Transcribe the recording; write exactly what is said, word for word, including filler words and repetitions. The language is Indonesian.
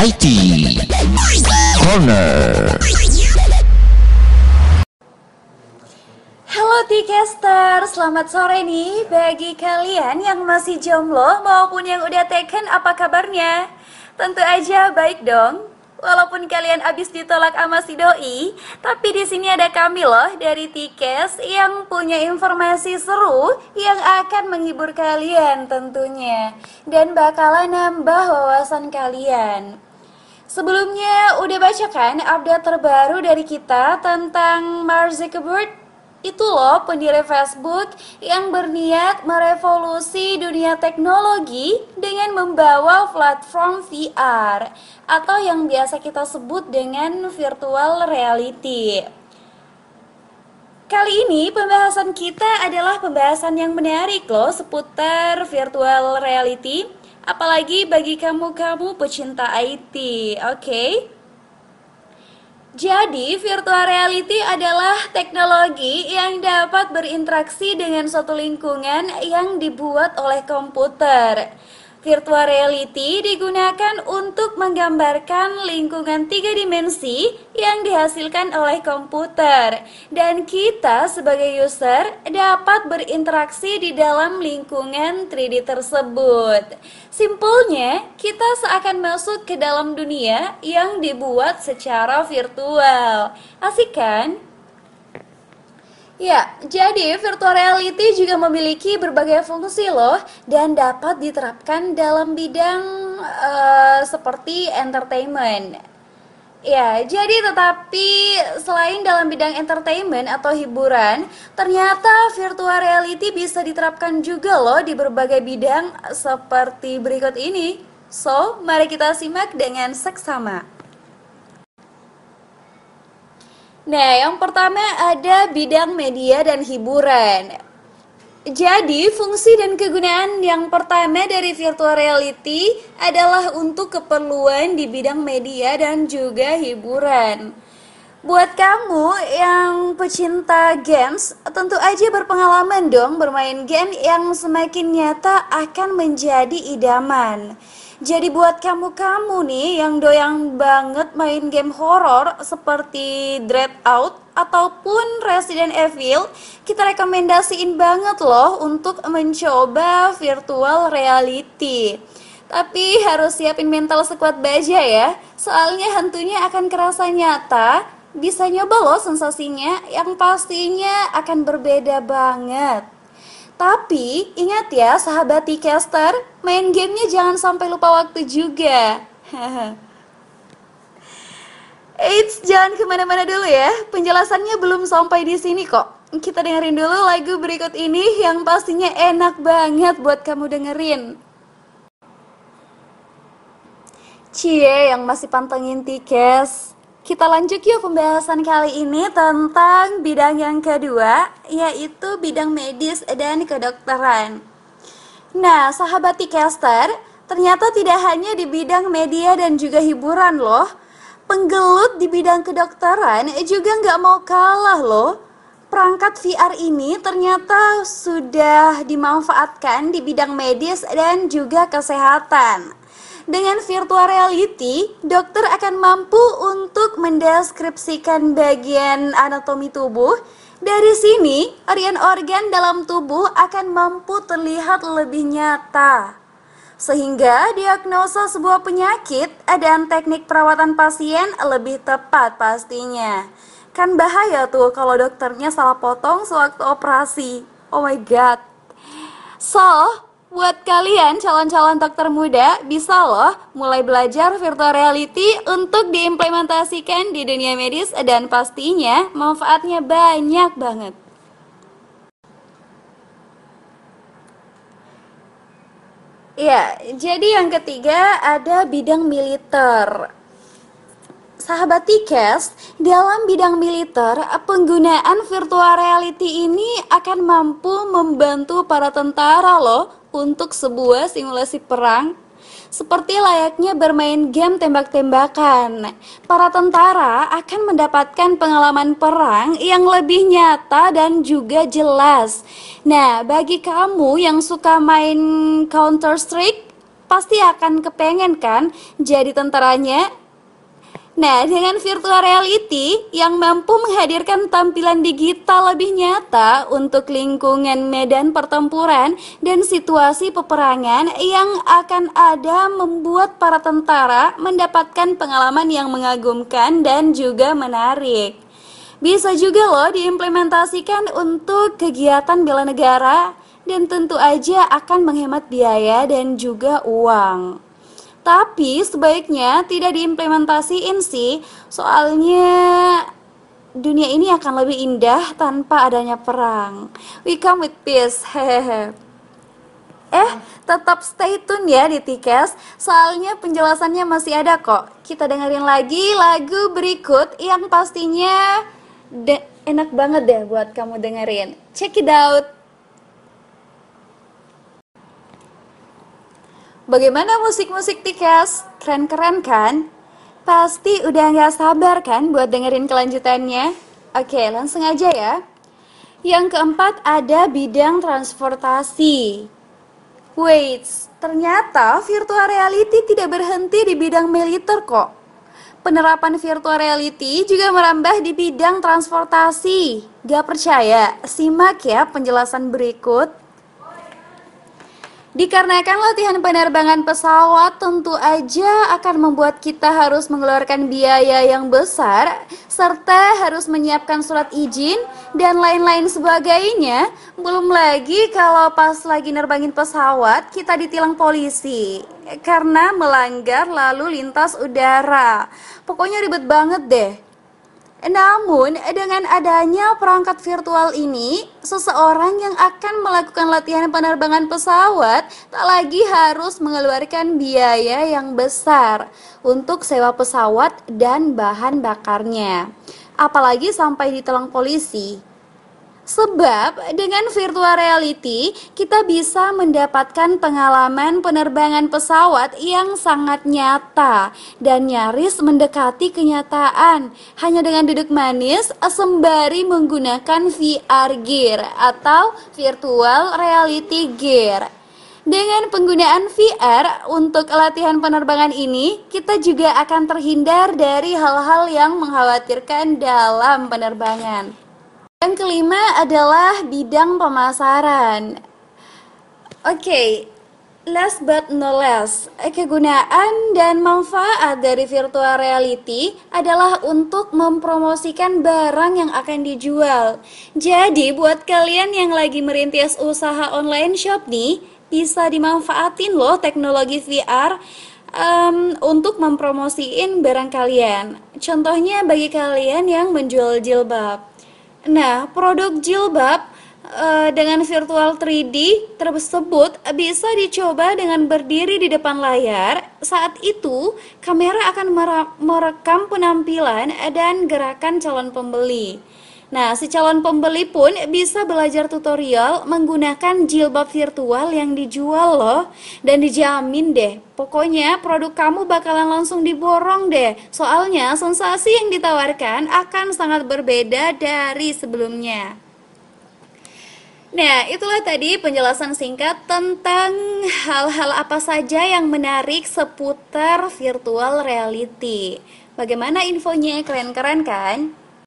I T Corner. Halo T-Caster, selamat sore nih bagi kalian yang masih jomblo maupun yang udah taken, apa kabarnya? Tentu aja baik dong. Walaupun kalian abis ditolak sama si doi, tapi di sini ada kami loh dari T-Cast yang punya informasi seru yang akan menghibur kalian tentunya dan bakalan nambah wawasan kalian. Sebelumnya udah baca kan update terbaru dari kita tentang Mark Zuckerberg? Itu loh pendiri Facebook yang berniat merevolusi dunia teknologi dengan membawa platform V R atau yang biasa kita sebut dengan virtual reality. Kali ini pembahasan kita adalah pembahasan yang menarik loh seputar virtual reality, apalagi bagi kamu-kamu pecinta I T, oke? Okay? Jadi, virtual reality adalah teknologi yang dapat berinteraksi dengan suatu lingkungan yang dibuat oleh komputer. Virtual reality digunakan untuk menggambarkan lingkungan tiga dimensi yang dihasilkan oleh komputer. Dan kita sebagai user dapat berinteraksi di dalam lingkungan tiga D tersebut. Simpelnya, kita seakan masuk ke dalam dunia yang dibuat secara virtual. Asik kan? Ya, jadi virtual reality juga memiliki berbagai fungsi loh dan dapat diterapkan dalam bidang uh, seperti entertainment. Ya, jadi tetapi selain dalam bidang entertainment atau hiburan, ternyata virtual reality bisa diterapkan juga loh di berbagai bidang seperti berikut ini. So, mari kita simak dengan seksama. Nah, yang pertama ada bidang media dan hiburan. Jadi, fungsi dan kegunaan yang pertama dari virtual reality adalah untuk keperluan di bidang media dan juga hiburan. Buat kamu yang pecinta games, tentu aja berpengalaman dong bermain game yang semakin nyata akan menjadi idaman. Jadi buat kamu-kamu nih yang doyan banget main game horor seperti Dreadout ataupun Resident Evil, kita rekomendasiin banget loh untuk mencoba virtual reality. Tapi harus siapin mental sekuat baja ya, soalnya hantunya akan kerasa nyata, bisa nyoba loh sensasinya yang pastinya akan berbeda banget. Tapi ingat ya sahabat T-Caster, main gamenya jangan sampai lupa waktu juga. Eits, jangan kemana-mana dulu ya, penjelasannya belum sampai di sini kok. Kita dengerin dulu lagu berikut ini yang pastinya enak banget buat kamu dengerin. Cie yang masih pantengin T-Cast, kita lanjut yuk pembahasan kali ini tentang bidang yang kedua, yaitu bidang medis dan kedokteran. Nah, sahabat T-Caster, ternyata tidak hanya di bidang media dan juga hiburan loh. Penggelut di bidang kedokteran juga nggak mau kalah loh. Perangkat V R ini ternyata sudah dimanfaatkan di bidang medis dan juga kesehatan. Dengan virtual reality, dokter akan mampu untuk mendeskripsikan bagian anatomi tubuh. Dari sini, organ-organ dalam tubuh akan mampu terlihat lebih nyata. Sehingga diagnosa sebuah penyakit dan teknik perawatan pasien lebih tepat pastinya. Kan bahaya tuh kalau dokternya salah potong sewaktu operasi. Oh my god. So, buat kalian calon-calon dokter muda, bisa loh mulai belajar virtual reality untuk diimplementasikan di dunia medis dan pastinya manfaatnya banyak banget. Ya, jadi yang ketiga ada bidang militer. Sahabat T-Cast, dalam bidang militer, penggunaan virtual reality ini akan mampu membantu para tentara loh untuk sebuah simulasi perang. Seperti layaknya bermain game tembak-tembakan, para tentara akan mendapatkan pengalaman perang yang lebih nyata dan juga jelas. Nah, bagi kamu yang suka main Counter Strike, pasti akan kepengen kan jadi tentaranya. Nah, dengan virtual reality yang mampu menghadirkan tampilan digital lebih nyata untuk lingkungan medan pertempuran dan situasi peperangan yang akan ada, membuat para tentara mendapatkan pengalaman yang mengagumkan dan juga menarik. Bisa juga loh diimplementasikan untuk kegiatan bela negara dan tentu aja akan menghemat biaya dan juga uang. Tapi sebaiknya tidak diimplementasiin sih, soalnya dunia ini akan lebih indah tanpa adanya perang. We come with peace, hehehe. Eh, tetap stay tune ya di Tikes, soalnya penjelasannya masih ada kok. Kita dengerin lagi lagu berikut yang pastinya de- enak banget deh buat kamu dengerin. Check it out. Bagaimana musik-musik Tikes? Keren-keren kan? Pasti udah gak sabar kan buat dengerin kelanjutannya? Oke, langsung aja ya. Yang keempat ada bidang transportasi. Wait, ternyata virtual reality tidak berhenti di bidang militer kok. Penerapan virtual reality juga merambah di bidang transportasi. Gak percaya? Simak ya penjelasan berikut. Dikarenakan latihan penerbangan pesawat tentu aja akan membuat kita harus mengeluarkan biaya yang besar, serta harus menyiapkan surat izin dan lain-lain sebagainya. Belum lagi kalau pas lagi nerbangin pesawat kita ditilang polisi karena melanggar lalu lintas udara. Pokoknya ribet banget deh. Namun, dengan adanya perangkat virtual ini, seseorang yang akan melakukan latihan penerbangan pesawat tak lagi harus mengeluarkan biaya yang besar untuk sewa pesawat dan bahan bakarnya. Apalagi sampai ditilang polisi. Sebab dengan virtual reality kita bisa mendapatkan pengalaman penerbangan pesawat yang sangat nyata dan nyaris mendekati kenyataan hanya dengan duduk manis sembari menggunakan V R gear atau virtual reality gear. Dengan penggunaan V R untuk latihan penerbangan ini, kita juga akan terhindar dari hal-hal yang mengkhawatirkan dalam penerbangan. Yang kelima adalah bidang pemasaran. Oke, okay, last but not least, kegunaan dan manfaat dari virtual reality adalah untuk mempromosikan barang yang akan dijual. Jadi buat kalian yang lagi merintis usaha online shop nih, bisa dimanfaatin loh teknologi V R um, untuk mempromosiin barang kalian. Contohnya bagi kalian yang menjual jilbab. Nah, produk jilbab uh, dengan virtual tiga D tersebut bisa dicoba dengan berdiri di depan layar. Saat itu, kamera akan merekam penampilan dan gerakan calon pembeli. Nah, si calon pembeli pun bisa belajar tutorial menggunakan jilbab virtual yang dijual loh. Dan dijamin deh, pokoknya produk kamu bakalan langsung diborong deh. Soalnya sensasi yang ditawarkan akan sangat berbeda dari sebelumnya. Nah, itulah tadi penjelasan singkat tentang hal-hal apa saja yang menarik seputar virtual reality. Bagaimana infonya? Keren-keren kan?